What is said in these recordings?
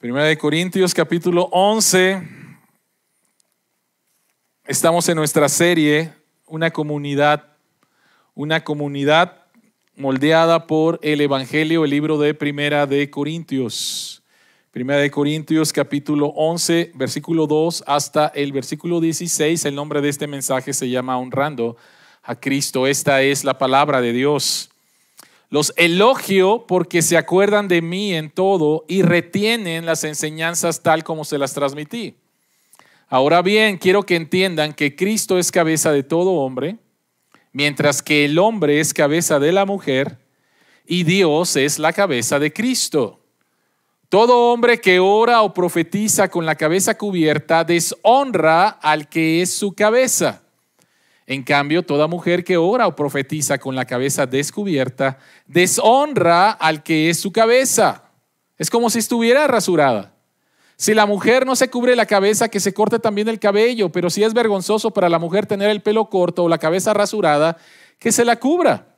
Primera de Corintios capítulo 11. Estamos en nuestra serie, una comunidad moldeada por el Evangelio, el libro de Primera de Corintios. Primera de Corintios capítulo 11, versículo 2 hasta el versículo 16. El nombre de este mensaje se llama Honrando a Cristo. Esta es la palabra de Dios. Los elogio porque se acuerdan de mí en todo y retienen las enseñanzas tal como se las transmití. Ahora bien, quiero que entiendan que Cristo es cabeza de todo hombre, mientras que el hombre es cabeza de la mujer y Dios es la cabeza de Cristo. Todo hombre que ora o profetiza con la cabeza cubierta deshonra al que es su cabeza. En cambio, toda mujer que ora o profetiza con la cabeza descubierta deshonra al que es su cabeza. Es como si estuviera rasurada. Si la mujer no se cubre la cabeza, que se corte también el cabello, pero si es vergonzoso para la mujer tener el pelo corto o la cabeza rasurada, que se la cubra.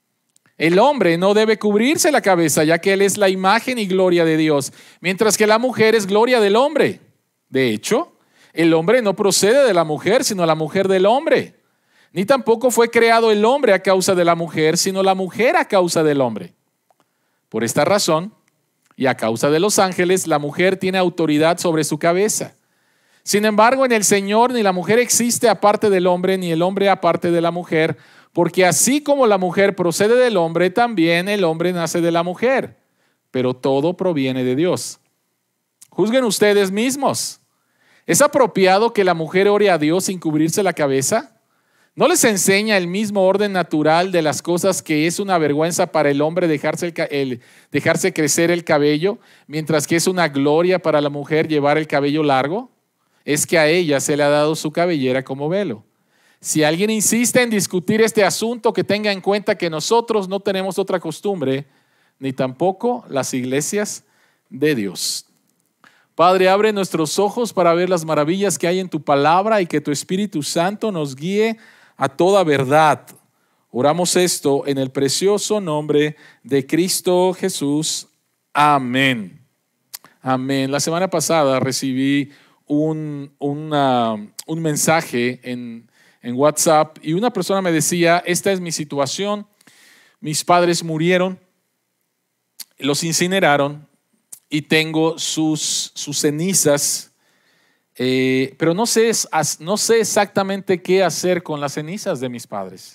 El hombre no debe cubrirse la cabeza, ya que él es la imagen y gloria de Dios, mientras que la mujer es gloria del hombre. De hecho, el hombre no procede de la mujer, sino la mujer del hombre. Ni tampoco fue creado el hombre a causa de la mujer, sino la mujer a causa del hombre. Por esta razón, y a causa de los ángeles, la mujer tiene autoridad sobre su cabeza. Sin embargo, en el Señor ni la mujer existe aparte del hombre, ni el hombre aparte de la mujer, porque así como la mujer procede del hombre, también el hombre nace de la mujer. Pero todo proviene de Dios. Juzguen ustedes mismos. ¿Es apropiado que la mujer ore a Dios sin cubrirse la cabeza? ¿No les enseña el mismo orden natural de las cosas que es una vergüenza para el hombre dejarse crecer el cabello, mientras que es una gloria para la mujer llevar el cabello largo? Es que a ella se le ha dado su cabellera como velo. Si alguien insiste en discutir este asunto, que tenga en cuenta que nosotros no tenemos otra costumbre, ni tampoco las iglesias de Dios. Padre, abre nuestros ojos para ver las maravillas que hay en tu palabra y que tu Espíritu Santo nos guíe a toda verdad. Oramos esto en el precioso nombre de Cristo Jesús. Amén. Amén. La semana pasada recibí un mensaje en WhatsApp y una persona me decía: esta es mi situación, mis padres murieron, los incineraron y tengo sus cenizas. Pero no sé exactamente qué hacer con las cenizas de mis padres.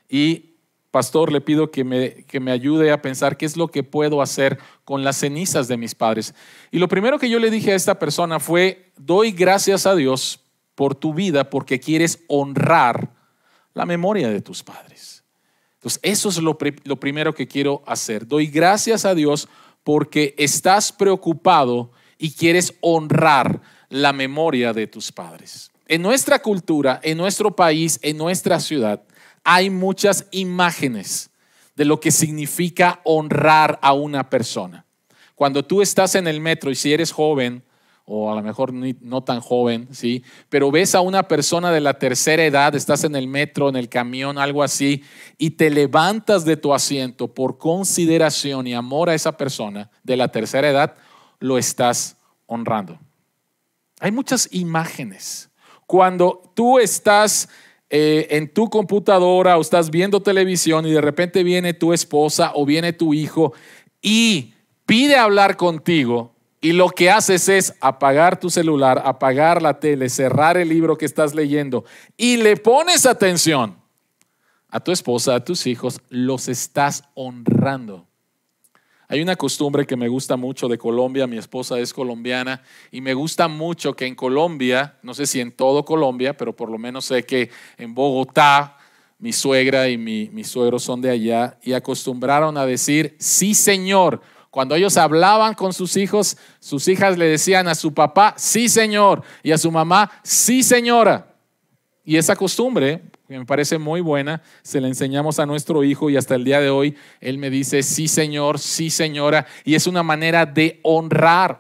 Y pastor, le pido que me ayude a pensar qué es lo que puedo hacer con las cenizas de mis padres. Y lo primero que yo le dije a esta persona fue: doy gracias a Dios por tu vida, porque quieres honrar la memoria de tus padres. Entonces eso es lo primero que quiero hacer. Doy gracias a Dios porque estás preocupado y quieres honrar la memoria de tus padres. En nuestra cultura, en nuestro país, en nuestra ciudad, hay muchas imágenes de lo que significa honrar a una persona. Cuando tú estás en el metro, y si eres joven, o a lo mejor no tan joven, ¿sí? Pero ves a una persona de la tercera edad, estás en el metro, en el camión, algo así, y te levantas de tu asiento por consideración y amor a esa persona de la tercera edad, lo estás honrando. Hay muchas imágenes. Cuando tú estás en tu computadora o estás viendo televisión y de repente viene tu esposa o viene tu hijo y pide hablar contigo, y lo que haces es apagar tu celular, apagar la tele, cerrar el libro que estás leyendo y le pones atención a tu esposa, a tus hijos, los estás honrando. Hay una costumbre que me gusta mucho de Colombia. Mi esposa es colombiana y me gusta mucho que en Colombia, no sé si en todo Colombia, pero por lo menos sé que en Bogotá mi suegra y mi suegro son de allá y acostumbraron a decir sí señor. Cuando ellos hablaban con sus hijos, sus hijas le decían a su papá sí señor y a su mamá sí señora. Y esa costumbre, que me parece muy buena, se la enseñamos a nuestro hijo y hasta el día de hoy él me dice sí señor, sí señora, y es una manera de honrar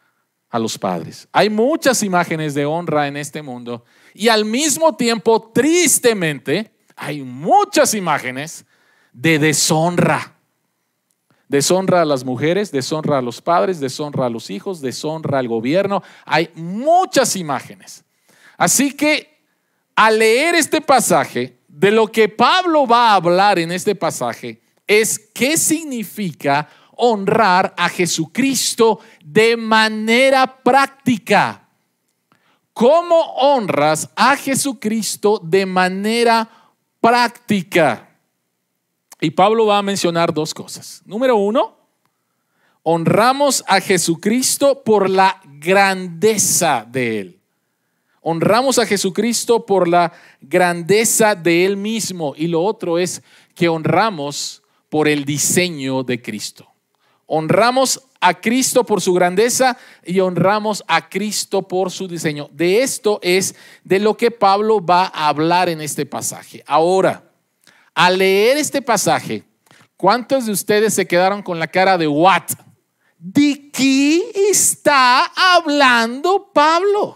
a los padres. Hay muchas imágenes de honra en este mundo y al mismo tiempo, tristemente, hay muchas imágenes de deshonra. Deshonra a las mujeres, deshonra a los padres, deshonra a los hijos, deshonra al gobierno. Hay muchas imágenes. Así que al leer este pasaje, de lo que Pablo va a hablar en este pasaje es qué significa honrar a Jesucristo de manera práctica. ¿Cómo honras a Jesucristo de manera práctica? Y Pablo va a mencionar dos cosas. Número uno, honramos a Jesucristo por la grandeza de Él. Honramos a Jesucristo por la grandeza de Él mismo. Y lo otro es que honramos por el diseño de Cristo. Honramos a Cristo por su grandeza y honramos a Cristo por su diseño. De esto es de lo que Pablo va a hablar en este pasaje. Ahora, al leer este pasaje, ¿cuántos de ustedes se quedaron con la cara de what? ¿De qué está hablando Pablo?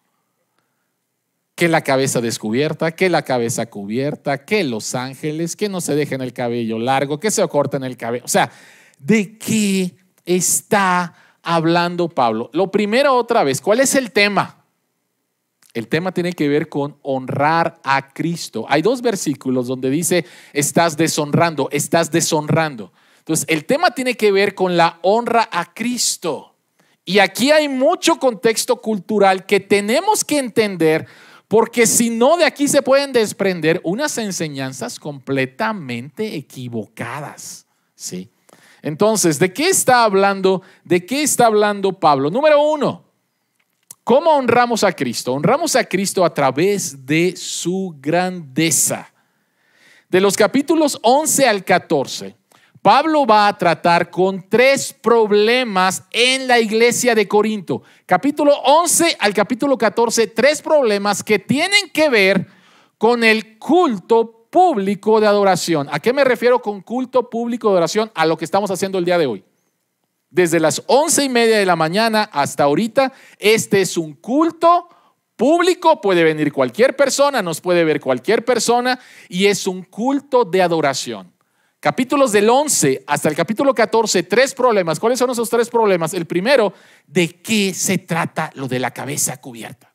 Que la cabeza descubierta, que la cabeza cubierta, que los ángeles, que no se dejen el cabello largo, que se corten el cabello. O sea, ¿de qué está hablando Pablo? Lo primero, otra vez, ¿cuál es el tema? El tema tiene que ver con honrar a Cristo. Hay dos versículos donde dice, estás deshonrando. Entonces, el tema tiene que ver con la honra a Cristo. Y aquí hay mucho contexto cultural que tenemos que entender, porque si no, de aquí se pueden desprender unas enseñanzas completamente equivocadas, ¿sí? Entonces, ¿de qué está hablando? ¿De qué está hablando Pablo? Número uno, ¿cómo honramos a Cristo? Honramos a Cristo a través de su grandeza. De los capítulos 11 al 14, Pablo va a tratar con tres problemas en la iglesia de Corinto. Capítulo 11 al capítulo 14, tres problemas que tienen que ver con el culto público de adoración. ¿A qué me refiero con culto público de adoración? A lo que estamos haciendo el día de hoy. Desde las 11:30 de la mañana hasta ahorita, este es un culto público. Puede venir cualquier persona, nos puede ver cualquier persona, y es un culto de adoración. Capítulos del 11 hasta el capítulo 14, tres problemas. ¿Cuáles son esos tres problemas? El primero, ¿de qué se trata lo de la cabeza cubierta?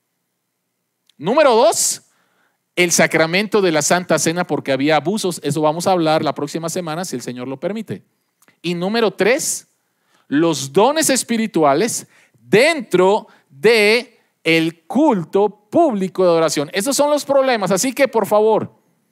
Número dos, el sacramento de la Santa Cena, porque había abusos. Eso vamos a hablar la próxima semana, si el Señor lo permite. Y número tres, los dones espirituales dentro de el culto público de adoración. Esos son los problemas. Así que, por favor,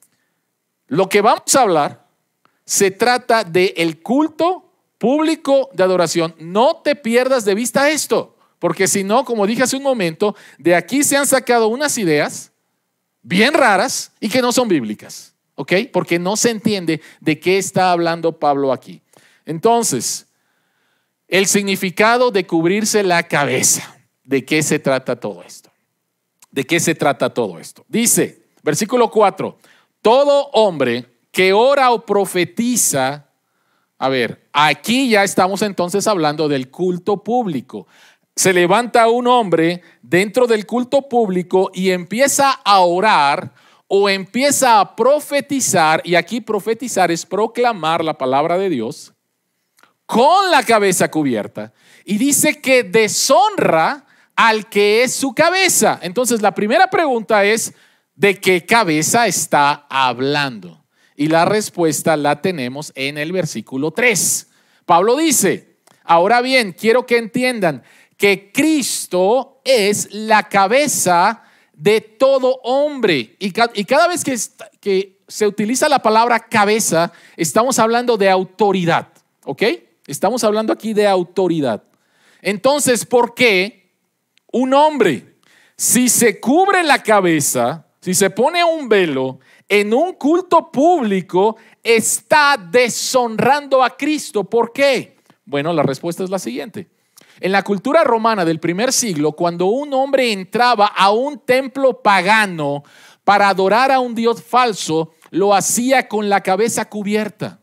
lo que vamos a hablar se trata del culto público de adoración. No te pierdas de vista esto, porque si no, como dije hace un momento, de aquí se han sacado unas ideas bien raras y que no son bíblicas, ¿ok? Porque no se entiende de qué está hablando Pablo aquí. Entonces, el significado de cubrirse la cabeza. ¿De qué se trata todo esto? ¿De qué se trata todo esto? Dice, versículo 4, todo hombre que ora o profetiza. A ver, aquí ya estamos entonces hablando del culto público. Se levanta un hombre dentro del culto público y empieza a orar o empieza a profetizar, y aquí profetizar es proclamar la palabra de Dios con la cabeza cubierta, y dice que deshonra al que es su cabeza. Entonces la primera pregunta es, ¿de qué cabeza está hablando? Y la respuesta la tenemos en el versículo 3. Pablo dice, ahora bien, quiero que entiendan que Cristo es la cabeza de todo hombre. Y cada vez que se utiliza la palabra cabeza, estamos hablando de autoridad, ¿ok? Estamos hablando aquí de autoridad. Entonces, ¿por qué un hombre, si se cubre la cabeza, si se pone un velo en un culto público, está deshonrando a Cristo? ¿Por qué? Bueno, la respuesta es la siguiente. En la cultura romana del primer siglo, cuando un hombre entraba a un templo pagano para adorar a un dios falso, lo hacía con la cabeza cubierta.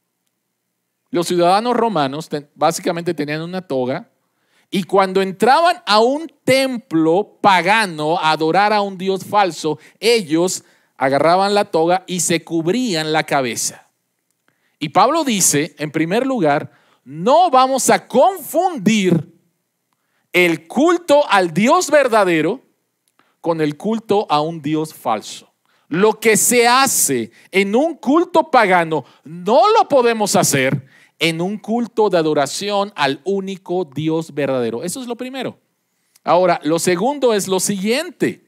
Los ciudadanos romanos básicamente tenían una toga, y cuando entraban a un templo pagano a adorar a un dios falso, ellos agarraban la toga y se cubrían la cabeza. Y Pablo dice, en primer lugar, no vamos a confundir el culto al Dios verdadero con el culto a un Dios falso. Lo que se hace en un culto pagano no lo podemos hacer en un culto de adoración al único Dios verdadero. Eso es lo primero. Ahora, lo segundo es lo siguiente.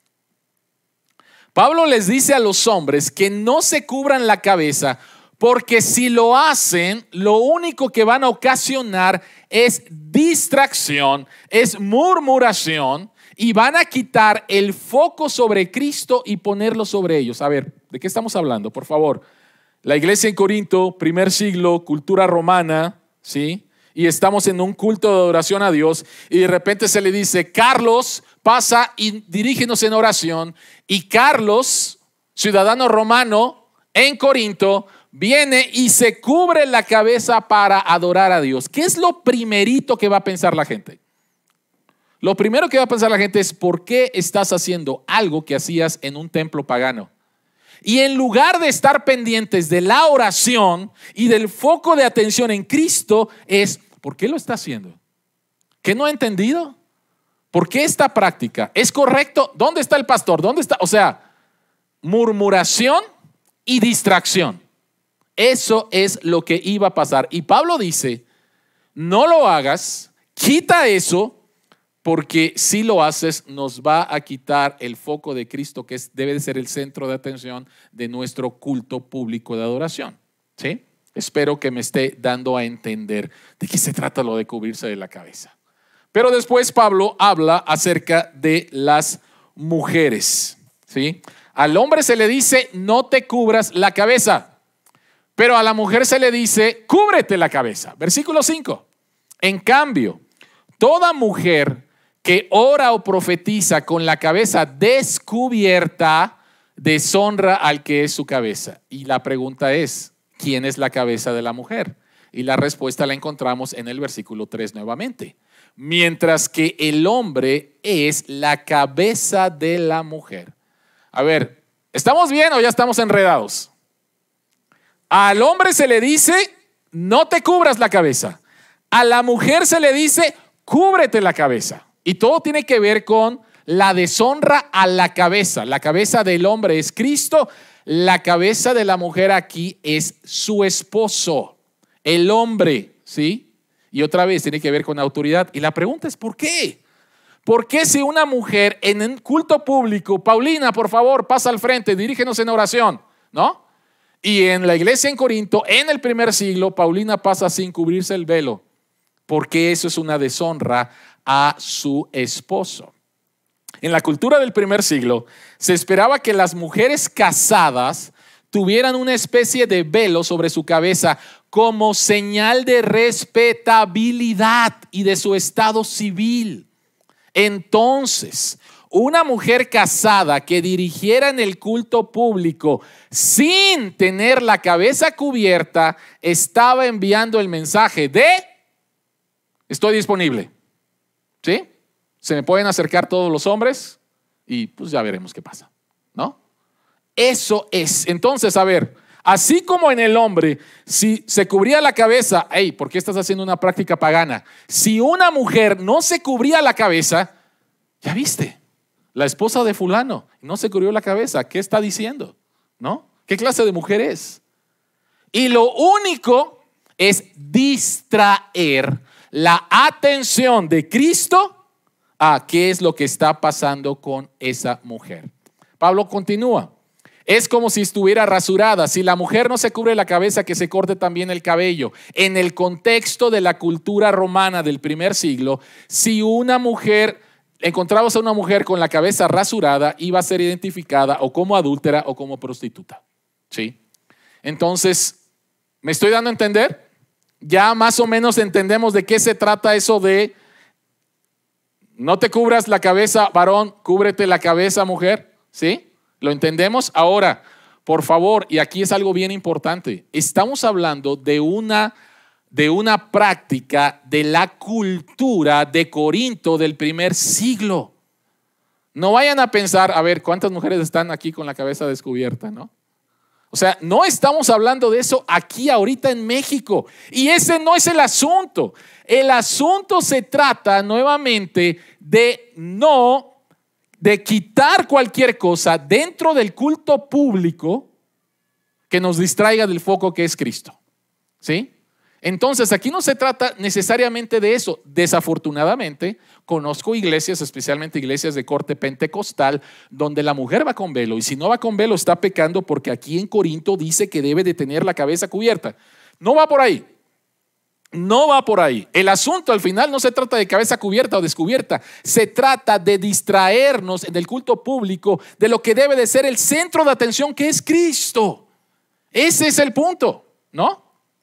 Pablo les dice a los hombres que no se cubran la cabeza, porque si lo hacen, lo único que van a ocasionar es distracción, es murmuración, y van a quitar el foco sobre Cristo y ponerlo sobre ellos. A ver, ¿de qué estamos hablando? Por favor. La iglesia en Corinto, primer siglo, cultura romana, ¿sí? Y estamos en un culto de adoración a Dios y de repente se le dice, Carlos, pasa y dirígenos en oración. Y Carlos, ciudadano romano en Corinto, viene y se cubre la cabeza para adorar a Dios. ¿Qué es lo primerito que va a pensar la gente? Lo primero que va a pensar la gente es, ¿por qué estás haciendo algo que hacías en un templo pagano? Y en lugar de estar pendientes de la oración y del foco de atención en Cristo, es, ¿por qué lo está haciendo? ¿Qué no ha entendido? ¿Por qué esta práctica? ¿Es correcto? ¿Dónde está el pastor? ¿Dónde está? O sea, murmuración y distracción. Eso es lo que iba a pasar. Y Pablo dice, no lo hagas, quita eso, porque si lo haces nos va a quitar el foco de Cristo, que debe de ser el centro de atención de nuestro culto público de adoración. ¿Sí? Espero que me esté dando a entender de qué se trata lo de cubrirse de la cabeza. Pero después Pablo habla acerca de las mujeres. ¿Sí? Al hombre se le dice, no te cubras la cabeza. Pero a la mujer se le dice, cúbrete la cabeza. Versículo 5. En cambio, toda mujer que ora o profetiza con la cabeza descubierta, deshonra al que es su cabeza. Y la pregunta es, ¿quién es la cabeza de la mujer? Y la respuesta la encontramos en el versículo 3 nuevamente. Mientras que el hombre es la cabeza de la mujer. A ver, ¿estamos bien o ya estamos enredados? Al hombre se le dice, no te cubras la cabeza. A la mujer se le dice, cúbrete la cabeza. Y todo tiene que ver con la deshonra a la cabeza. La cabeza del hombre es Cristo. La cabeza de la mujer aquí es su esposo, el hombre, ¿sí? Y otra vez tiene que ver con autoridad. Y la pregunta es, ¿por qué? ¿Por qué si una mujer en un culto público, Paulina, por favor, pasa al frente, dirígenos en oración, ¿no? Y en la iglesia en Corinto, en el primer siglo, Paulina pasa sin cubrirse el velo, porque eso es una deshonra a su esposo. En la cultura del primer siglo se esperaba que las mujeres casadas tuvieran una especie de velo sobre su cabeza como señal de respetabilidad y de su estado civil. Entonces, una mujer casada que dirigiera en el culto público sin tener la cabeza cubierta estaba enviando el mensaje de estoy disponible. ¿Sí? Se me pueden acercar todos los hombres y pues ya veremos qué pasa, ¿no? Eso es. Entonces, a ver, así como en el hombre, si se cubría la cabeza, hey, ¿por qué estás haciendo una práctica pagana? Si una mujer no se cubría la cabeza, ya viste, la esposa de fulano no se cubrió la cabeza, ¿qué está diciendo? ¿No? ¿Qué clase de mujer es? Y lo único es distraer la atención de Cristo a qué es lo que está pasando con esa mujer. Pablo continúa. Es como si estuviera rasurada. Si la mujer no se cubre la cabeza, que se corte también el cabello. En el contexto de la cultura romana del primer siglo, si una mujer, encontrabas a una mujer con la cabeza rasurada, iba a ser identificada o como adúltera o como prostituta. ¿Sí? Entonces, ¿me estoy dando a entender? Ya más o menos entendemos de qué se trata eso de no te cubras la cabeza, varón, cúbrete la cabeza, mujer. ¿Sí? ¿Lo entendemos? Ahora, por favor, y aquí es algo bien importante, estamos hablando de una práctica de la cultura de Corinto del primer siglo. No vayan a pensar, a ver, ¿cuántas mujeres están aquí con la cabeza descubierta, no? O sea, no estamos hablando de eso aquí ahorita en México. Y ese no es el asunto. El asunto se trata nuevamente de quitar cualquier cosa dentro del culto público que nos distraiga del foco que es Cristo. ¿Sí? Entonces, aquí no se trata necesariamente de eso. Desafortunadamente, conozco iglesias, especialmente iglesias de corte pentecostal, donde la mujer va con velo, y si no va con velo está pecando, porque aquí en Corinto dice que debe de tener la cabeza cubierta. No va por ahí. No va por ahí. El asunto al final no se trata de cabeza cubierta o descubierta. Se trata de distraernos en el culto público de lo que debe de ser el centro de atención, que es Cristo. Ese es el punto, ¿no?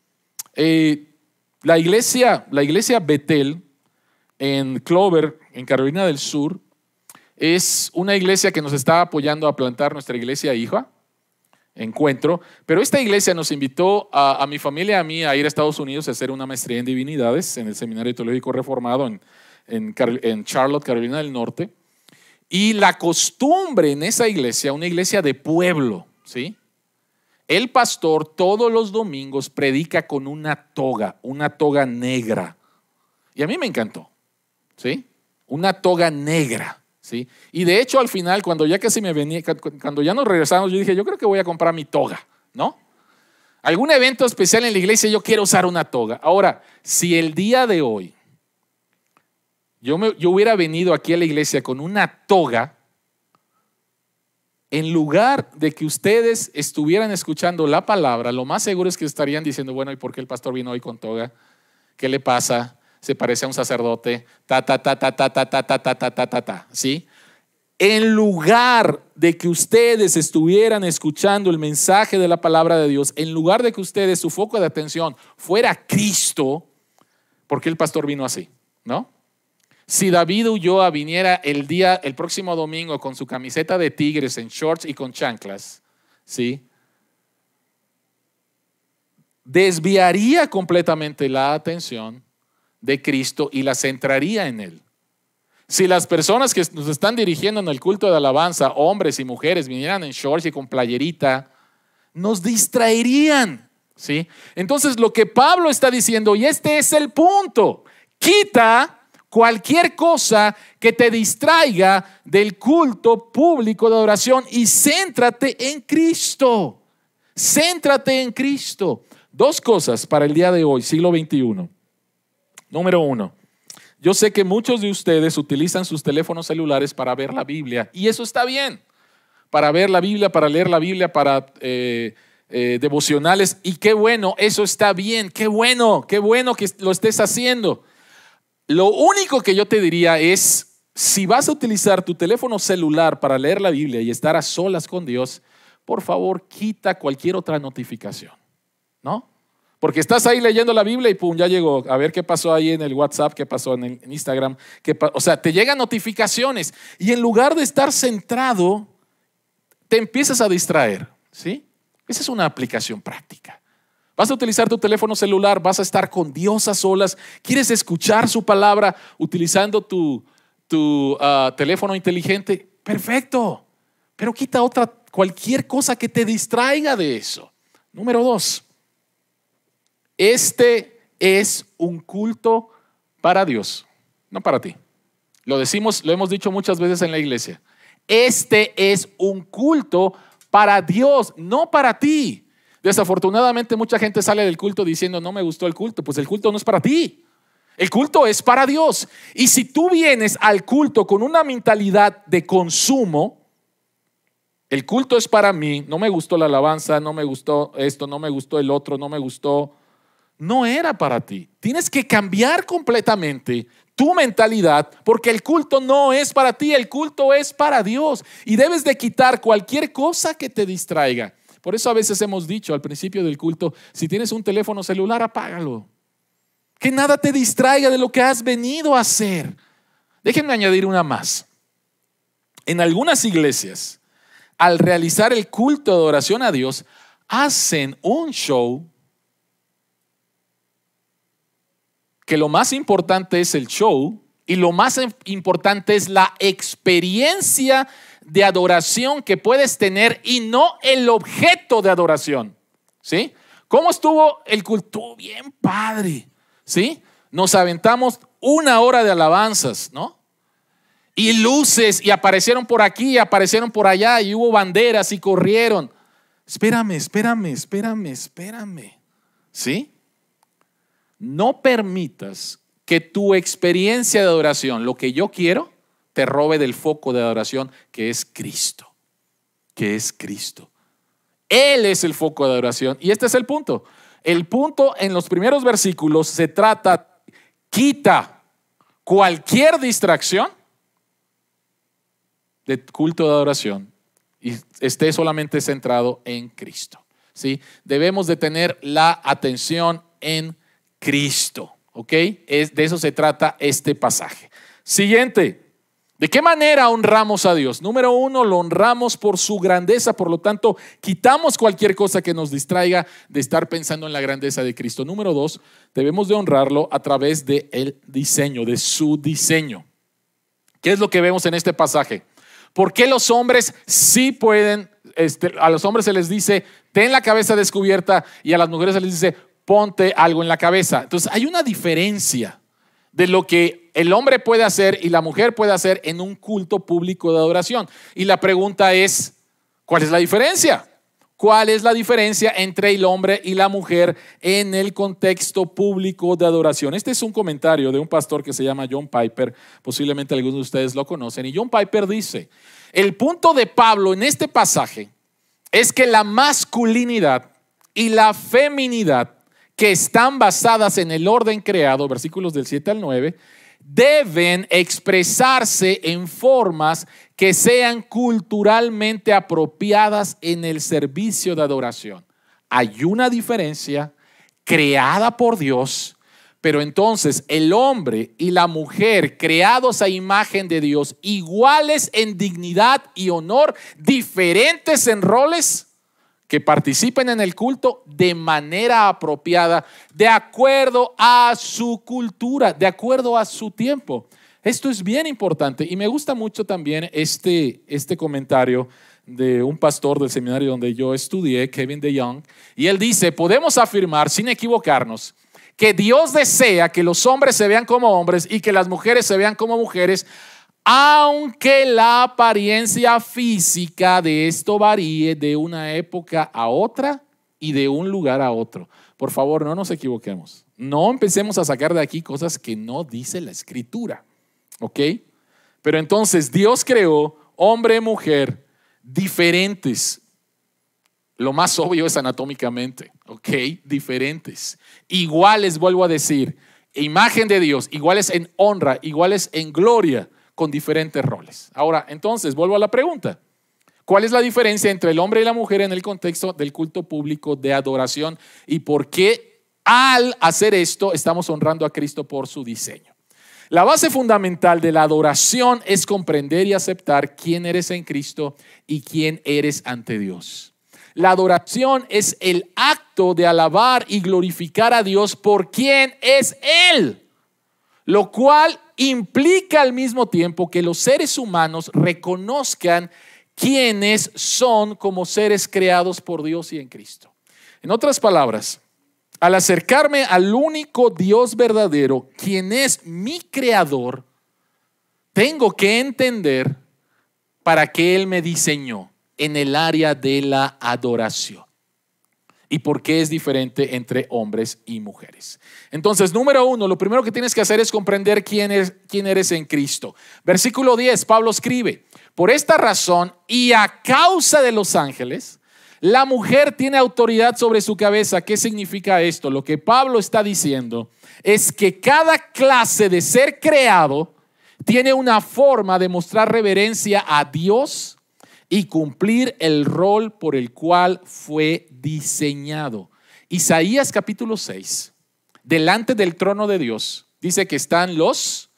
La iglesia Betel en Clover, en Carolina del Sur, es una iglesia que nos está apoyando a plantar nuestra iglesia hija, Encuentro. Pero esta iglesia nos invitó a mi familia y a mí a ir a Estados Unidos a hacer una maestría en divinidades en el Seminario Teológico Reformado en Charlotte, Carolina del Norte. Y la costumbre en esa iglesia, una iglesia de pueblo, ¿sí? El pastor todos los domingos predica con una toga negra. Y a mí me encantó, ¿sí? Una toga negra, ¿sí? Y de hecho al final, cuando ya casi cuando ya nos regresamos, yo dije, yo creo que voy a comprar mi toga, ¿no? Algún evento especial en la iglesia, yo quiero usar una toga. Ahora, si el día de hoy yo hubiera venido aquí a la iglesia con una toga, en lugar de que ustedes estuvieran escuchando la palabra, lo más seguro es que estarían diciendo, bueno, ¿y por qué el pastor vino hoy con toga? ¿Qué le pasa? Se parece a un sacerdote, ¿sí? En lugar de que ustedes estuvieran escuchando el mensaje de la palabra de Dios, en lugar de que ustedes, su foco de atención fuera Cristo, ¿por qué el pastor vino así? ¿No? Si David Ulloa viniera el próximo domingo con su camiseta de Tigres en shorts y con chanclas, ¿sí? Desviaría completamente la atención de Cristo y la centraría en Él. Si las personas que nos están dirigiendo en el culto de alabanza, hombres y mujeres, vinieran en shorts y con playerita, nos distraerían, ¿sí? Entonces lo que Pablo está diciendo, y este es el punto, quita cualquier cosa que te distraiga del culto público de adoración y céntrate en Cristo. Céntrate en Cristo. Dos cosas para el día de hoy, siglo XXI. Número uno, yo sé que muchos de ustedes utilizan sus teléfonos celulares para ver la Biblia, y eso está bien. Para ver la Biblia, para leer la Biblia, para devocionales, y qué bueno, eso está bien, qué bueno que lo estés haciendo. Lo único que yo te diría es, si vas a utilizar tu teléfono celular para leer la Biblia y estar a solas con Dios, por favor, quita cualquier otra notificación, ¿no? Porque estás ahí leyendo la Biblia y pum, ya llegó. A ver qué pasó ahí en el WhatsApp, qué pasó en Instagram. O sea, te llegan notificaciones y en lugar de estar centrado, te empiezas a distraer, ¿sí? Esa es una aplicación práctica. Vas a utilizar tu teléfono celular, vas a estar con Dios a solas, quieres escuchar su palabra utilizando tu teléfono inteligente, perfecto, pero quita cualquier cosa que te distraiga de eso. Número dos, este es un culto para Dios, no para ti. Lo hemos dicho muchas veces en la iglesia. Este es un culto para Dios, no para ti. Desafortunadamente mucha gente sale del culto diciendo no me gustó el culto. Pues el culto no es para ti, el culto es para Dios. Y si tú vienes al culto con una mentalidad de consumo, el culto es para mí, no me gustó la alabanza, no me gustó esto, no me gustó el otro, no me gustó, no era para ti. Tienes que cambiar completamente tu mentalidad, porque el culto no es para ti, el culto es para Dios, y debes de quitar cualquier cosa que te distraiga. Por eso a veces hemos dicho al principio del culto, si tienes un teléfono celular, apágalo. Que nada te distraiga de lo que has venido a hacer. Déjenme añadir una más. En algunas iglesias, al realizar el culto de adoración a Dios, hacen un show que lo más importante es el show y lo más importante es la experiencia de adoración que puedes tener y no el objeto de adoración. ¿Sí? ¿Cómo estuvo el culto? Bien padre. ¿Sí? Nos aventamos 1 hora de alabanzas, ¿no? Y luces, y aparecieron por aquí, y aparecieron por allá, y hubo banderas y corrieron. Espérame. ¿Sí? No permitas que tu experiencia de adoración, lo que yo quiero, te robe del foco de adoración que es Cristo. Él es el foco de adoración. Y este es el punto. El punto en los primeros versículos se trata, quita cualquier distracción de culto de adoración y esté solamente centrado en Cristo. ¿Sí? Debemos de tener la atención en Cristo. ¿Ok? De eso se trata este pasaje. Siguiente. ¿De qué manera honramos a Dios? Número 1, lo honramos por su grandeza, por lo tanto, quitamos cualquier cosa que nos distraiga de estar pensando en la grandeza de Cristo. Número 2, debemos de honrarlo a través del diseño, de su diseño. ¿Qué es lo que vemos en este pasaje? ¿Por qué los hombres sí pueden, a los hombres se les dice, ten la cabeza descubierta, y a las mujeres se les dice, ponte algo en la cabeza? Entonces, hay una diferencia de lo que el hombre puede hacer y la mujer puede hacer en un culto público de adoración. Y la pregunta es, ¿cuál es la diferencia? ¿Cuál es la diferencia entre el hombre y la mujer en el contexto público de adoración? Este es un comentario de un pastor que se llama John Piper, posiblemente algunos de ustedes lo conocen, y John Piper dice, el punto de Pablo en este pasaje es que la masculinidad y la feminidad que están basadas en el orden creado, versículos del 7 al 9, deben expresarse en formas que sean culturalmente apropiadas en el servicio de adoración. Hay una diferencia creada por Dios, pero entonces el hombre y la mujer creados a imagen de Dios, iguales en dignidad y honor, diferentes en roles, que participen en el culto de manera apropiada, de acuerdo a su cultura, de acuerdo a su tiempo. Esto es bien importante y me gusta mucho también este comentario de un pastor del seminario donde yo estudié, Kevin DeYoung, y él dice, podemos afirmar sin equivocarnos que Dios desea que los hombres se vean como hombres y que las mujeres se vean como mujeres, aunque la apariencia física de esto varíe de una época a otra y de un lugar a otro. Por favor, no nos equivoquemos. No empecemos a sacar de aquí cosas que no dice la Escritura. ¿Ok? Pero entonces Dios creó hombre y mujer diferentes. Lo más obvio es anatómicamente. ¿Ok? Diferentes. Iguales, vuelvo a decir. Imagen de Dios. Iguales en honra. Iguales en gloria. Con diferentes roles. Ahora, entonces, vuelvo a la pregunta. ¿Cuál es la diferencia entre el hombre y la mujer en el contexto del culto público de adoración? ¿Y por qué al hacer esto estamos honrando a Cristo por su diseño? La base fundamental de la adoración es comprender y aceptar quién eres en Cristo y quién eres ante Dios. La adoración es el acto de alabar y glorificar a Dios por quién es Él, lo cual implica al mismo tiempo que los seres humanos reconozcan quiénes son como seres creados por Dios y en Cristo. En otras palabras, al acercarme al único Dios verdadero, quien es mi creador, tengo que entender para qué Él me diseñó en el área de la adoración. ¿Y por qué es diferente entre hombres y mujeres? Entonces, número 1, lo primero que tienes que hacer es comprender quién eres en Cristo. Versículo 10, Pablo escribe, por esta razón y a causa de los ángeles, la mujer tiene autoridad sobre su cabeza. ¿Qué significa esto? Lo que Pablo está diciendo es que cada clase de ser creado tiene una forma de mostrar reverencia a Dios y cumplir el rol por el cual fue diseñado. Isaías capítulo 6, delante del trono de Dios, dice que están los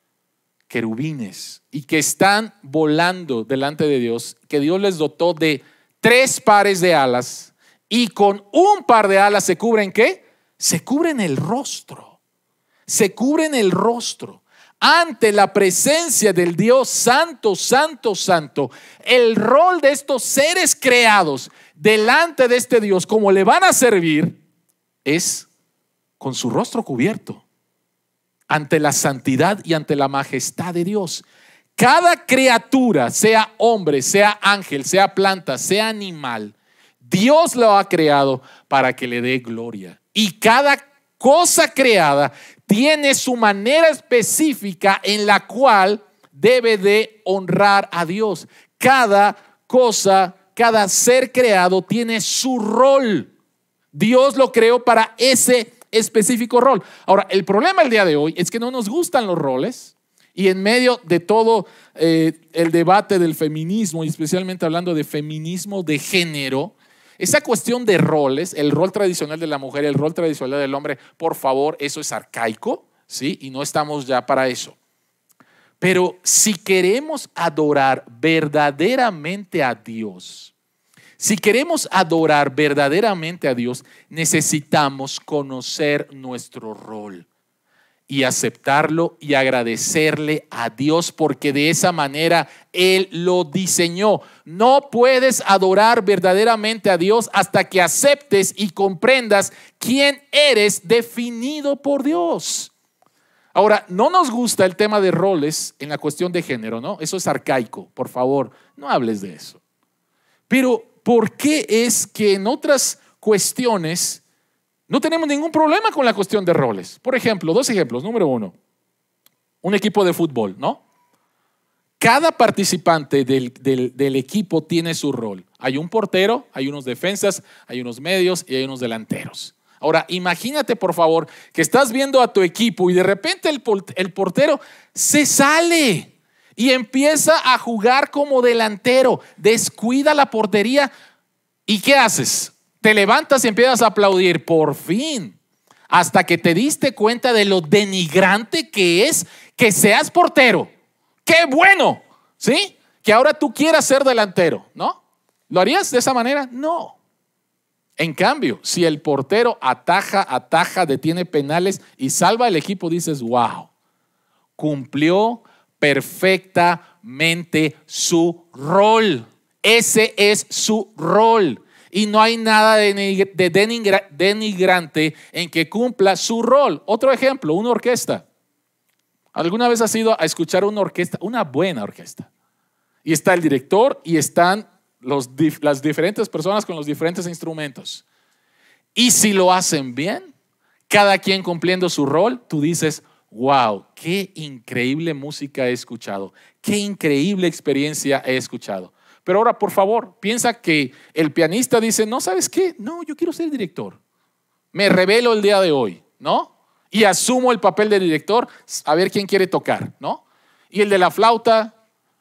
querubines y que están volando delante de Dios, que Dios les dotó de 3 pares de alas y con un par de alas se cubren ¿qué? Se cubren el rostro. Se cubren el rostro. ante la presencia del Dios santo, santo, santo, el rol de estos seres creados delante de este Dios, como le van a servir, es con su rostro cubierto ante la santidad y ante la majestad de Dios. Cada criatura, sea hombre, sea ángel, sea planta, sea animal, Dios lo ha creado para que le dé gloria. Y cada cosa creada tiene su manera específica en la cual debe de honrar a Dios. Cada cosa, cada ser creado tiene su rol. Dios lo creó para ese específico rol. Ahora, el problema el día de hoy es que no nos gustan los roles, y en medio de todo el debate del feminismo, y especialmente hablando de feminismo de género, esa cuestión de roles, el rol tradicional de la mujer, el rol tradicional del hombre, por favor, eso es arcaico, ¿sí? Y no estamos ya para eso. Pero si queremos adorar verdaderamente a Dios, si queremos adorar verdaderamente a Dios, necesitamos conocer nuestro rol y aceptarlo y agradecerle a Dios, porque de esa manera Él lo diseñó. No puedes adorar verdaderamente a Dios hasta que aceptes y comprendas quién eres definido por Dios. Ahora, no nos gusta el tema de roles en la cuestión de género, ¿no? Eso es arcaico, por favor, no hables de eso. Pero, ¿por qué es que en otras cuestiones no tenemos ningún problema con la cuestión de roles? Por ejemplo, dos ejemplos. Número uno, un equipo de fútbol, ¿no? Cada participante del equipo tiene su rol. Hay un portero, hay unos defensas, hay unos medios y hay unos delanteros. Ahora, imagínate, por favor, que estás viendo a tu equipo y de repente el portero se sale y empieza a jugar como delantero, descuida la portería. ¿Y qué haces? Te levantas y empiezas a aplaudir, por fin, hasta que te diste cuenta de lo denigrante que es que seas portero. ¡Qué bueno! ¿Sí? Que ahora tú quieras ser delantero, ¿no? ¿Lo harías de esa manera? No. En cambio, si el portero ataja, detiene penales y salva al equipo, dices, wow, cumplió perfectamente su rol. Ese es su rol. Y no hay nada de denigrante en que cumpla su rol. Otro ejemplo, una orquesta. ¿Alguna vez has ido a escuchar una orquesta? Una buena orquesta. Y está el director y están las diferentes personas con los diferentes instrumentos. Y si lo hacen bien, cada quien cumpliendo su rol, tú dices, wow, qué increíble música he escuchado, qué increíble experiencia he escuchado. Pero ahora, por favor, piensa que el pianista dice, no, ¿sabes qué? No, yo quiero ser el director. Me revelo el día de hoy, ¿no? Y asumo el papel de director, a ver quién quiere tocar, ¿no? Y el de la flauta,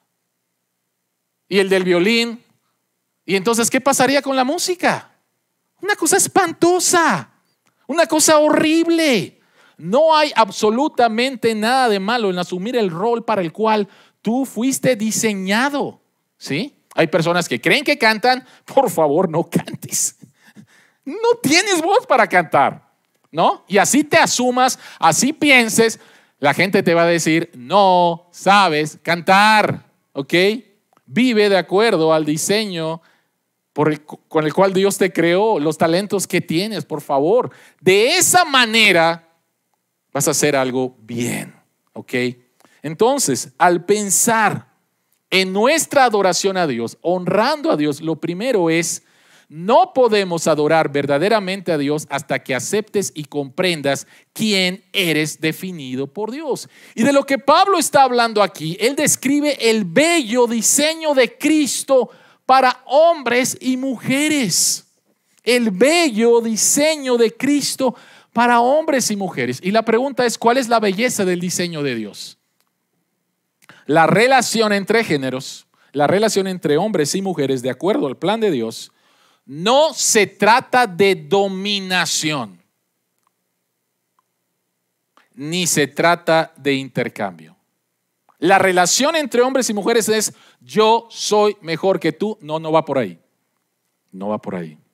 y el del violín. Y entonces, ¿qué pasaría con la música? Una cosa espantosa, una cosa horrible. No hay absolutamente nada de malo en asumir el rol para el cual tú fuiste diseñado, ¿sí? Hay personas que creen que cantan, por favor, no cantes. No tienes voz para cantar, ¿no? Y así te asumas, así pienses, la gente te va a decir, no sabes cantar, ¿ok? Vive de acuerdo al diseño con el cual Dios te creó, los talentos que tienes, por favor. De esa manera vas a hacer algo bien, ¿ok? Entonces, al pensar en nuestra adoración a Dios, honrando a Dios, lo primero es, no podemos adorar verdaderamente a Dios hasta que aceptes y comprendas quién eres definido por Dios. Y de lo que Pablo está hablando aquí, él describe el bello diseño de Cristo para hombres y mujeres. El bello diseño de Cristo para hombres y mujeres. Y la pregunta es, ¿cuál es la belleza del diseño de Dios? La relación entre géneros, la relación entre hombres y mujeres de acuerdo al plan de Dios, no se trata de dominación, ni se trata de intercambio. La relación entre hombres y mujeres es yo soy mejor que tú. No, no va por ahí. No va por ahí.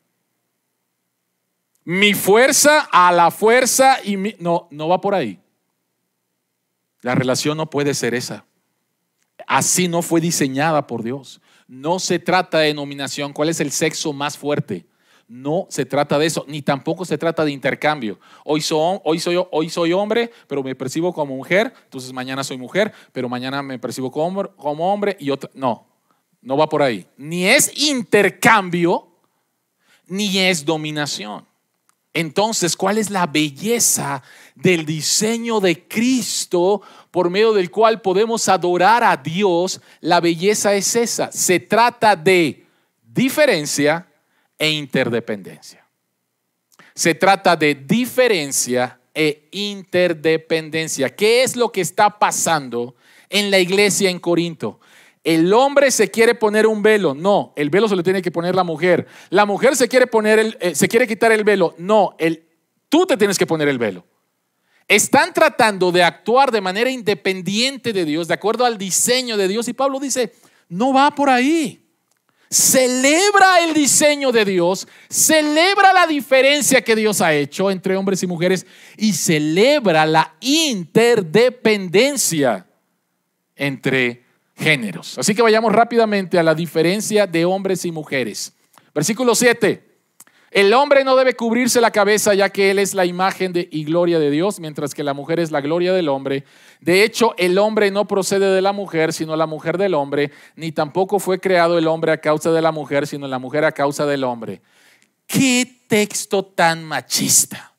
Mi fuerza a la fuerza y no va por ahí. La relación no puede ser esa. Así no fue diseñada por Dios. No se trata de nominación. ¿Cuál es el sexo más fuerte? No se trata de eso, ni tampoco se trata de intercambio. Hoy soy hombre, pero me percibo como mujer, entonces mañana soy mujer, pero mañana me percibo como hombre y otra. No va por ahí. Ni es intercambio, ni es dominación. Entonces, ¿cuál es la belleza del diseño de Cristo por medio del cual podemos adorar a Dios? La belleza es esa. Se trata de diferencia e interdependencia. Se trata de diferencia e interdependencia. ¿Qué es lo que está pasando en la iglesia en Corinto? El hombre se quiere poner un velo. No, el velo se lo tiene que poner la mujer. La mujer se quiere quitar el velo. No, tú te tienes que poner el velo. Están tratando de actuar de manera independiente de Dios, de acuerdo al diseño de Dios. Y Pablo dice, no va por ahí. Celebra el diseño de Dios, celebra la diferencia que Dios ha hecho entre hombres y mujeres y celebra la interdependencia entre géneros. Así que vayamos rápidamente a la diferencia de hombres y mujeres. Versículo 7. El hombre no debe cubrirse la cabeza, ya que él es la imagen y gloria de Dios, mientras que la mujer es la gloria del hombre. De hecho, el hombre no procede de la mujer, sino la mujer del hombre, ni tampoco fue creado el hombre a causa de la mujer, sino la mujer a causa del hombre. ¡Qué texto tan machista!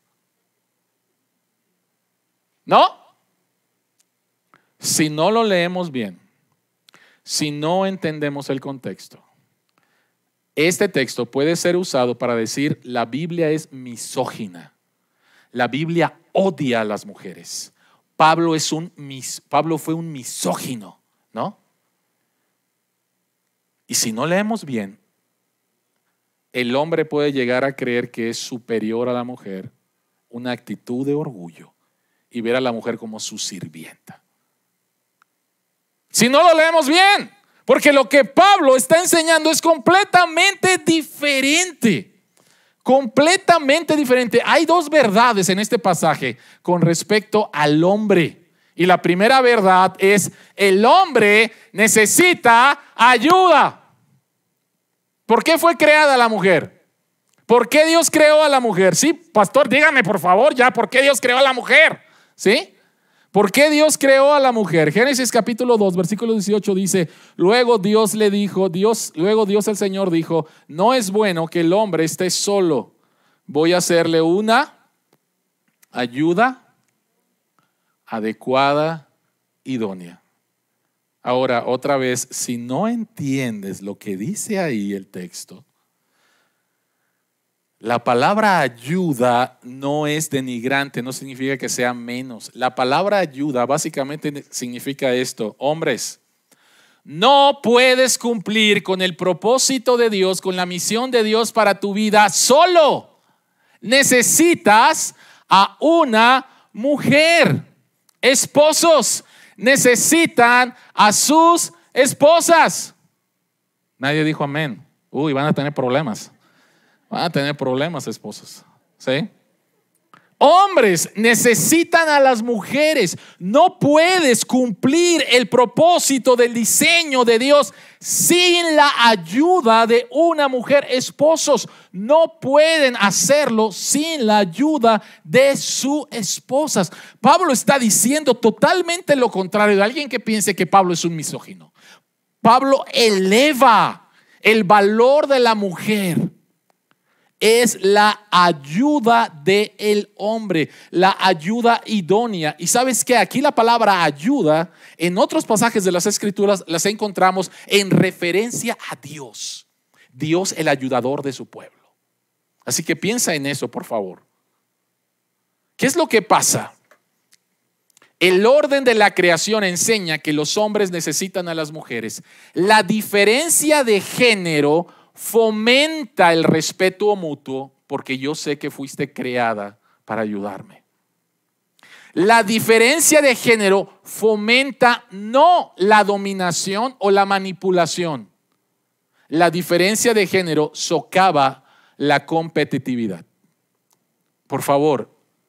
¿No? Si no lo leemos bien, si no entendemos el contexto, este texto puede ser usado para decir la Biblia es misógina. La Biblia odia a las mujeres. Pablo fue un misógino, ¿no? Y si no leemos bien, el hombre puede llegar a creer que es superior a la mujer, una actitud de orgullo, y ver a la mujer como su sirvienta. Si no lo leemos bien, porque lo que Pablo está enseñando es completamente diferente. Completamente diferente. Hay dos verdades en este pasaje con respecto al hombre. Y la primera verdad es: el hombre necesita ayuda. ¿Por qué fue creada la mujer? ¿Por qué Dios creó a la mujer? Sí, pastor, dígame por favor ya, ¿por qué Dios creó a la mujer? ¿Sí? ¿Por qué Dios creó a la mujer? Génesis capítulo 2, versículo 18 dice: luego Dios el Señor dijo, no es bueno que el hombre esté solo. Voy a hacerle una ayuda adecuada, idónea. Ahora, otra vez, si no entiendes lo que dice ahí el texto, la palabra ayuda no es denigrante, no significa que sea menos. La palabra ayuda básicamente significa esto: hombres, no puedes cumplir con el propósito de Dios, con la misión de Dios para tu vida solo. Necesitas a una mujer. Esposos necesitan a sus esposas. Nadie dijo amén. Van a tener problemas. Van a tener problemas, esposos. ¿Sí? Hombres necesitan a las mujeres. No puedes cumplir el propósito del diseño de Dios sin la ayuda de una mujer. Esposos no pueden hacerlo sin la ayuda de sus esposas. Pablo está diciendo totalmente lo contrario de alguien que piense que Pablo es un misógino. Pablo eleva el valor de la mujer. Es la ayuda del hombre, la ayuda idónea. Y sabes que aquí la palabra ayuda, en otros pasajes de las Escrituras, las encontramos en referencia a Dios. Dios, el ayudador de su pueblo. Así que piensa en eso, por favor. ¿Qué es lo que pasa? El orden de la creación enseña que los hombres necesitan a las mujeres. La diferencia de género fomenta el respeto mutuo, porque yo sé que fuiste creada para ayudarme. La diferencia de género fomenta no la dominación o la manipulación. La diferencia de género socava la competitividad. Por favor,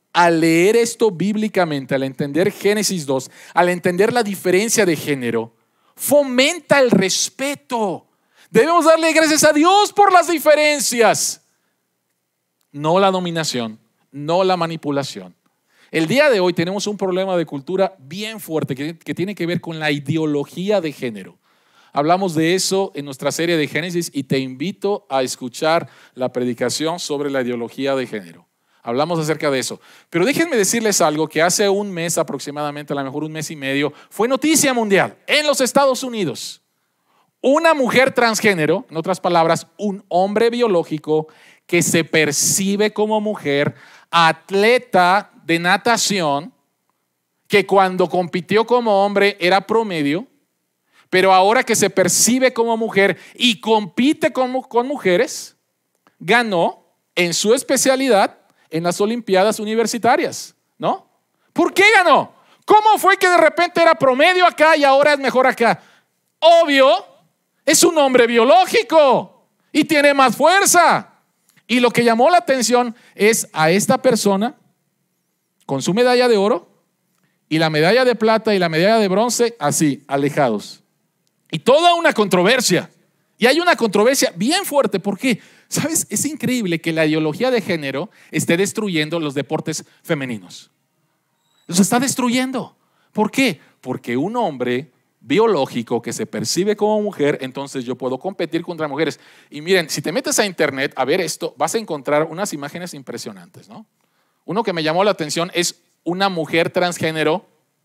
al leer esto bíblicamente, al entender Génesis 2, al entender la diferencia de género, fomenta el respeto. Debemos darle gracias a Dios por las diferencias, no la dominación, no la manipulación. El día de hoy tenemos un problema de cultura bien fuerte que tiene que ver con la ideología de género. Hablamos de eso en nuestra serie de Génesis y te invito a escuchar la predicación sobre la ideología de género. Hablamos acerca de eso. Pero déjenme decirles algo que hace un mes aproximadamente, a lo mejor un mes y medio, fue noticia mundial en los Estados Unidos. Una mujer transgénero, en otras palabras, un hombre biológico que se percibe como mujer, atleta de natación, que cuando compitió como hombre era promedio, pero ahora que se percibe como mujer y compite con mujeres, ganó en su especialidad en las Olimpiadas Universitarias, ¿no? ¿Por qué ganó? ¿Cómo fue que de repente era promedio acá y ahora es mejor acá? Obvio, es un hombre biológico y tiene más fuerza. Y lo que llamó la atención es a esta persona con su medalla de oro y la medalla de plata y la medalla de bronce así, alejados. Y toda una controversia. Y hay una controversia bien fuerte. ¿Por qué? ¿Sabes? Es increíble que la ideología de género esté destruyendo los deportes femeninos. Los está destruyendo. ¿Por qué? Porque un hombre biológico que se percibe como mujer, entonces yo puedo competir contra mujeres. Y miren, si te metes a internet a ver esto, vas a encontrar unas imágenes impresionantes, ¿no? Uno que me llamó la atención es una mujer transgénero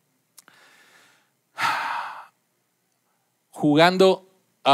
jugando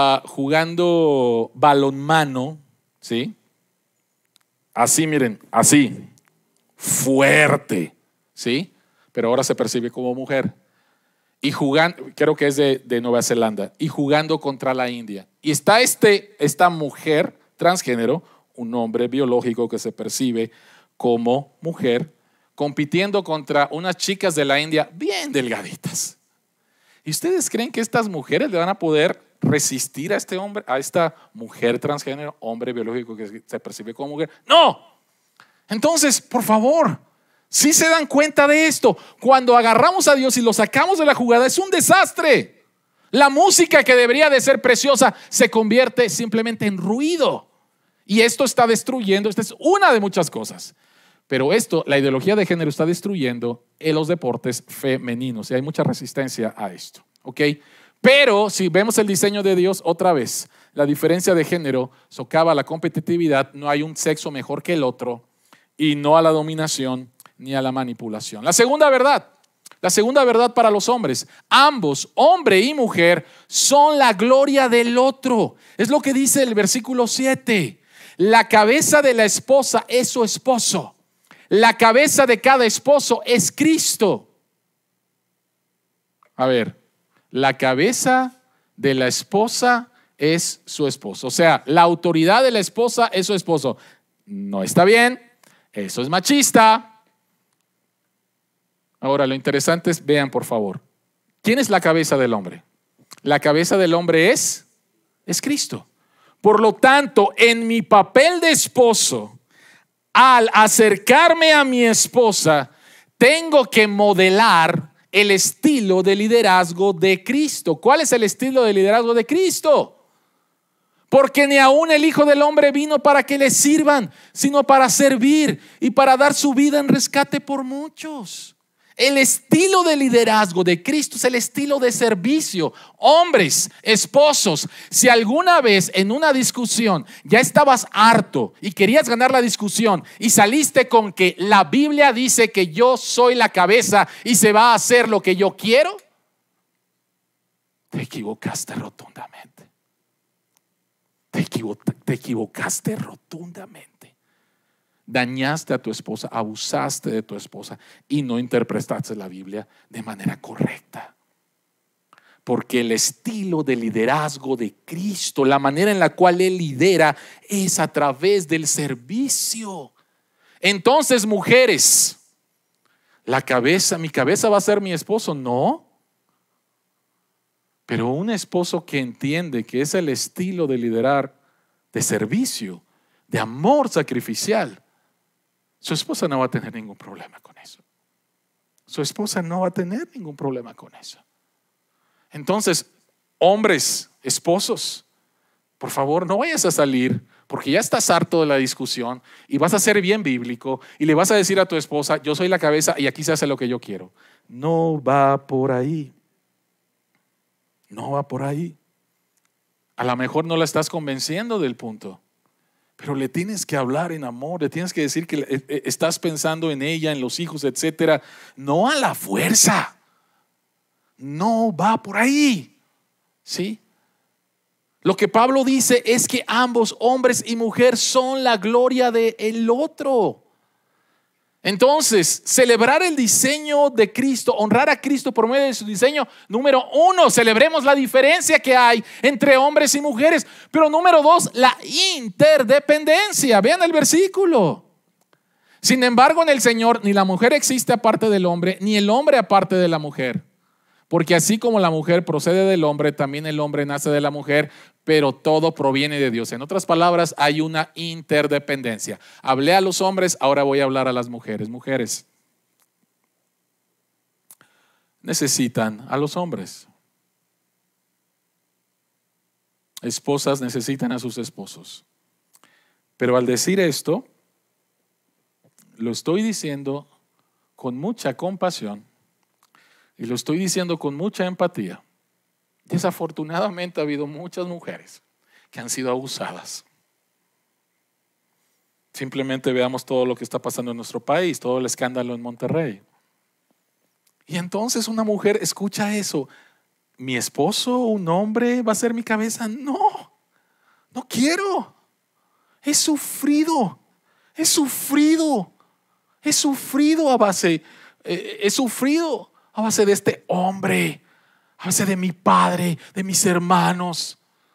balonmano, ¿sí? Así, miren, así, fuerte, ¿sí? Pero ahora se percibe como mujer. Y jugando, creo que es de Nueva Zelanda, y jugando contra la India. Y está esta mujer transgénero, un hombre biológico que se percibe como mujer, compitiendo contra unas chicas de la India bien delgaditas. ¿Y ustedes creen que estas mujeres le van a poder resistir a este hombre, a esta mujer transgénero, hombre biológico que se percibe como mujer? ¡No! Entonces, por favor, si se dan cuenta de esto, cuando agarramos a Dios y lo sacamos de la jugada, es un desastre. La música que debería de ser preciosa se convierte simplemente en ruido. Y esto está destruyendo, esta es una de muchas cosas. Pero la ideología de género está destruyendo en los deportes femeninos y hay mucha resistencia a esto, ¿ok? Pero si vemos el diseño de Dios otra vez, la diferencia de género socava la competitividad, no hay un sexo mejor que el otro y no a la dominación ni a la manipulación. La segunda verdad para los hombres, ambos, hombre y mujer, son la gloria del otro. Es lo que dice el versículo 7. La cabeza de la esposa es su esposo. La cabeza de cada esposo es Cristo. A ver, la cabeza de la esposa es su esposo. O sea, la autoridad de la esposa es su esposo. No está bien, eso es machista. Ahora, lo interesante es, vean por favor, ¿quién es la cabeza del hombre? La cabeza del hombre es Cristo. Por lo tanto, en mi papel de esposo, al acercarme a mi esposa, tengo que modelar el estilo de liderazgo de Cristo. ¿Cuál es el estilo de liderazgo de Cristo? Porque ni aún el Hijo del Hombre vino para que le sirvan, sino para servir y para dar su vida en rescate por muchos. El estilo de liderazgo de Cristo es el estilo de servicio. Hombres, esposos, si alguna vez en una discusión ya estabas harto y querías ganar la discusión y saliste con que la Biblia dice que yo soy la cabeza y se va a hacer lo que yo quiero, te equivocaste rotundamente. Te equivocaste rotundamente. Dañaste a tu esposa, abusaste de tu esposa y no interpretaste la Biblia de manera correcta. Porque el estilo de liderazgo de Cristo, la manera en la cual Él lidera es a través del servicio. Entonces, mujeres, mi cabeza va a ser mi esposo, no. Pero un esposo que entiende que es el estilo de liderar, de servicio, de amor sacrificial, Su esposa no va a tener ningún problema con eso. Su esposa no va a tener ningún problema con eso. Entonces, hombres, esposos, por favor, no vayas a salir porque ya estás harto de la discusión y vas a ser bien bíblico y le vas a decir a tu esposa, yo soy la cabeza y aquí se hace lo que yo quiero. No va por ahí. No va por ahí. A lo mejor no la estás convenciendo del punto, pero le tienes que hablar en amor, le tienes que decir que estás pensando en ella, en los hijos, etcétera. No a la fuerza. No va por ahí. ¿Sí? Lo que Pablo dice es que ambos, hombres y mujer, son la gloria del otro. Entonces, celebrar el diseño de Cristo, honrar a Cristo por medio de su diseño, número 1, celebremos la diferencia que hay entre hombres y mujeres. Pero número 2, la interdependencia. Vean el versículo. Sin embargo, en el Señor ni la mujer existe aparte del hombre, ni el hombre aparte de la mujer. Porque así como la mujer procede del hombre, también el hombre nace de la mujer, pero todo proviene de Dios. En otras palabras, hay una interdependencia. Hablé a los hombres, ahora voy a hablar a las mujeres. Mujeres necesitan a los hombres. Esposas necesitan a sus esposos. Pero al decir esto, lo estoy diciendo con mucha compasión y lo estoy diciendo con mucha empatía. Desafortunadamente ha habido muchas mujeres que han sido abusadas. Simplemente veamos todo lo que está pasando en nuestro país, todo el escándalo en Monterrey. Y entonces una mujer escucha eso. ¿Mi esposo, un hombre, va a ser mi cabeza? No, no quiero. He sufrido a base de este hombre, a base de mi padre, de mis hermanos.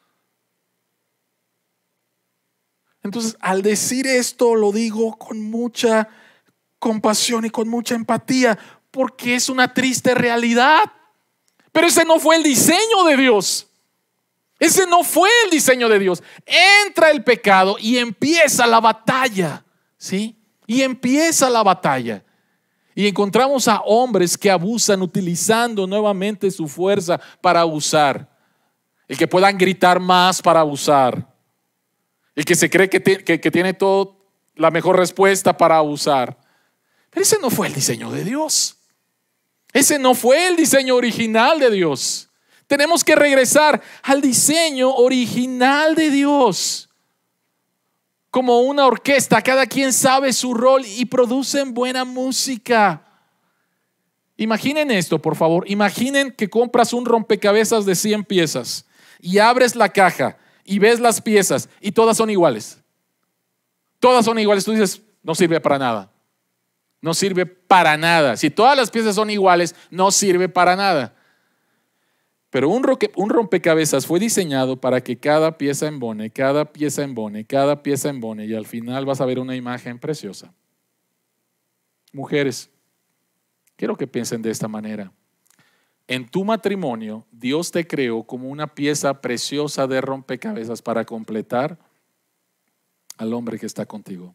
Entonces, al decir esto, lo digo con mucha compasión y con mucha empatía, porque es una triste realidad. Pero ese no fue el diseño de Dios. Ese no fue el diseño de Dios. Entra el pecado y empieza la batalla, ¿sí? Y empieza la batalla. Y encontramos a hombres que abusan utilizando nuevamente su fuerza para abusar. El que puedan gritar más para abusar. El que se cree que tiene todo la mejor respuesta para abusar. Pero ese no fue el diseño de Dios. Ese no fue el diseño original de Dios. Tenemos que regresar al diseño original de Dios. Como una orquesta, cada quien sabe su rol y producen buena música. Imaginen esto, por favor. Imaginen que compras un rompecabezas de 100 piezas y abres la caja y ves las piezas y todas son iguales. Todas son iguales. Tú dices, no sirve para nada. No sirve para nada. Si todas las piezas son iguales, no sirve para nada. Pero un rompecabezas fue diseñado para que cada pieza embone, cada pieza embone, cada pieza embone, y al final vas a ver una imagen preciosa. Mujeres, quiero que piensen de esta manera. En tu matrimonio, Dios te creó como una pieza preciosa de rompecabezas para completar al hombre que está contigo.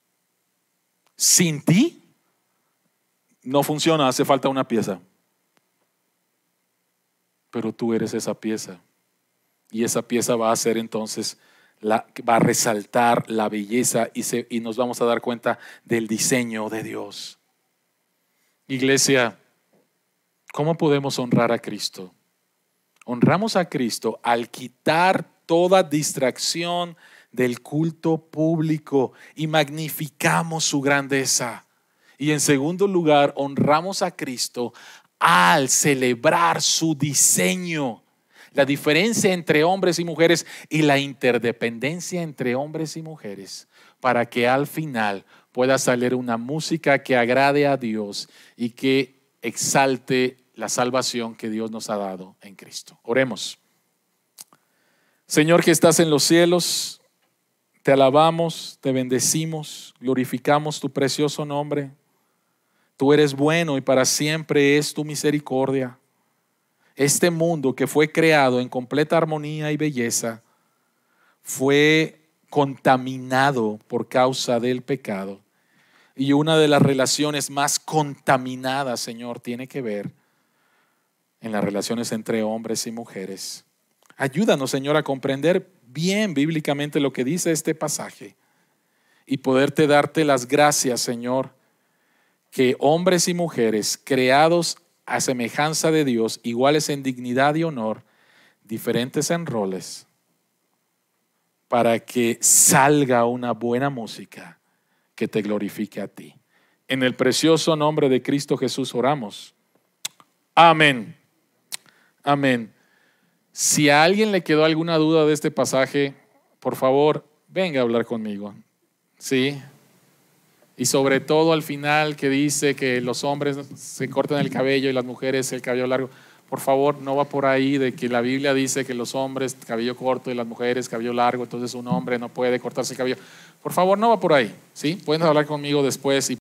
Sin ti, no funciona, hace falta una pieza. Pero tú eres esa pieza. Y esa pieza va a ser entonces, va a resaltar la belleza y nos vamos a dar cuenta del diseño de Dios. Iglesia, ¿cómo podemos honrar a Cristo? Honramos a Cristo al quitar toda distracción del culto público y magnificamos su grandeza. Y en segundo lugar, honramos a Cristo al celebrar su diseño, la diferencia entre hombres y mujeres y la interdependencia entre hombres y mujeres, para que al final pueda salir una música que agrade a Dios y que exalte la salvación que Dios nos ha dado en Cristo. Oremos. Señor que estás en los cielos, te alabamos, te bendecimos, glorificamos tu precioso nombre. Tú eres bueno y para siempre es tu misericordia. Este mundo que fue creado en completa armonía y belleza fue contaminado por causa del pecado. Y una de las relaciones más contaminadas, Señor, tiene que ver en las relaciones entre hombres y mujeres. Ayúdanos, Señor, a comprender bien bíblicamente lo que dice este pasaje y poderte darte las gracias, Señor, que hombres y mujeres creados a semejanza de Dios, iguales en dignidad y honor, diferentes en roles, para que salga una buena música que te glorifique a ti. En el precioso nombre de Cristo Jesús oramos. Amén. Amén. Si a alguien le quedó alguna duda de este pasaje, por favor, venga a hablar conmigo. ¿Sí? Y sobre todo al final que dice que los hombres se cortan el cabello y las mujeres el cabello largo. Por favor, no va por ahí de que la Biblia dice que los hombres cabello corto y las mujeres cabello largo, entonces un hombre no puede cortarse el cabello. Por favor, no va por ahí, ¿sí? Pueden hablar conmigo después y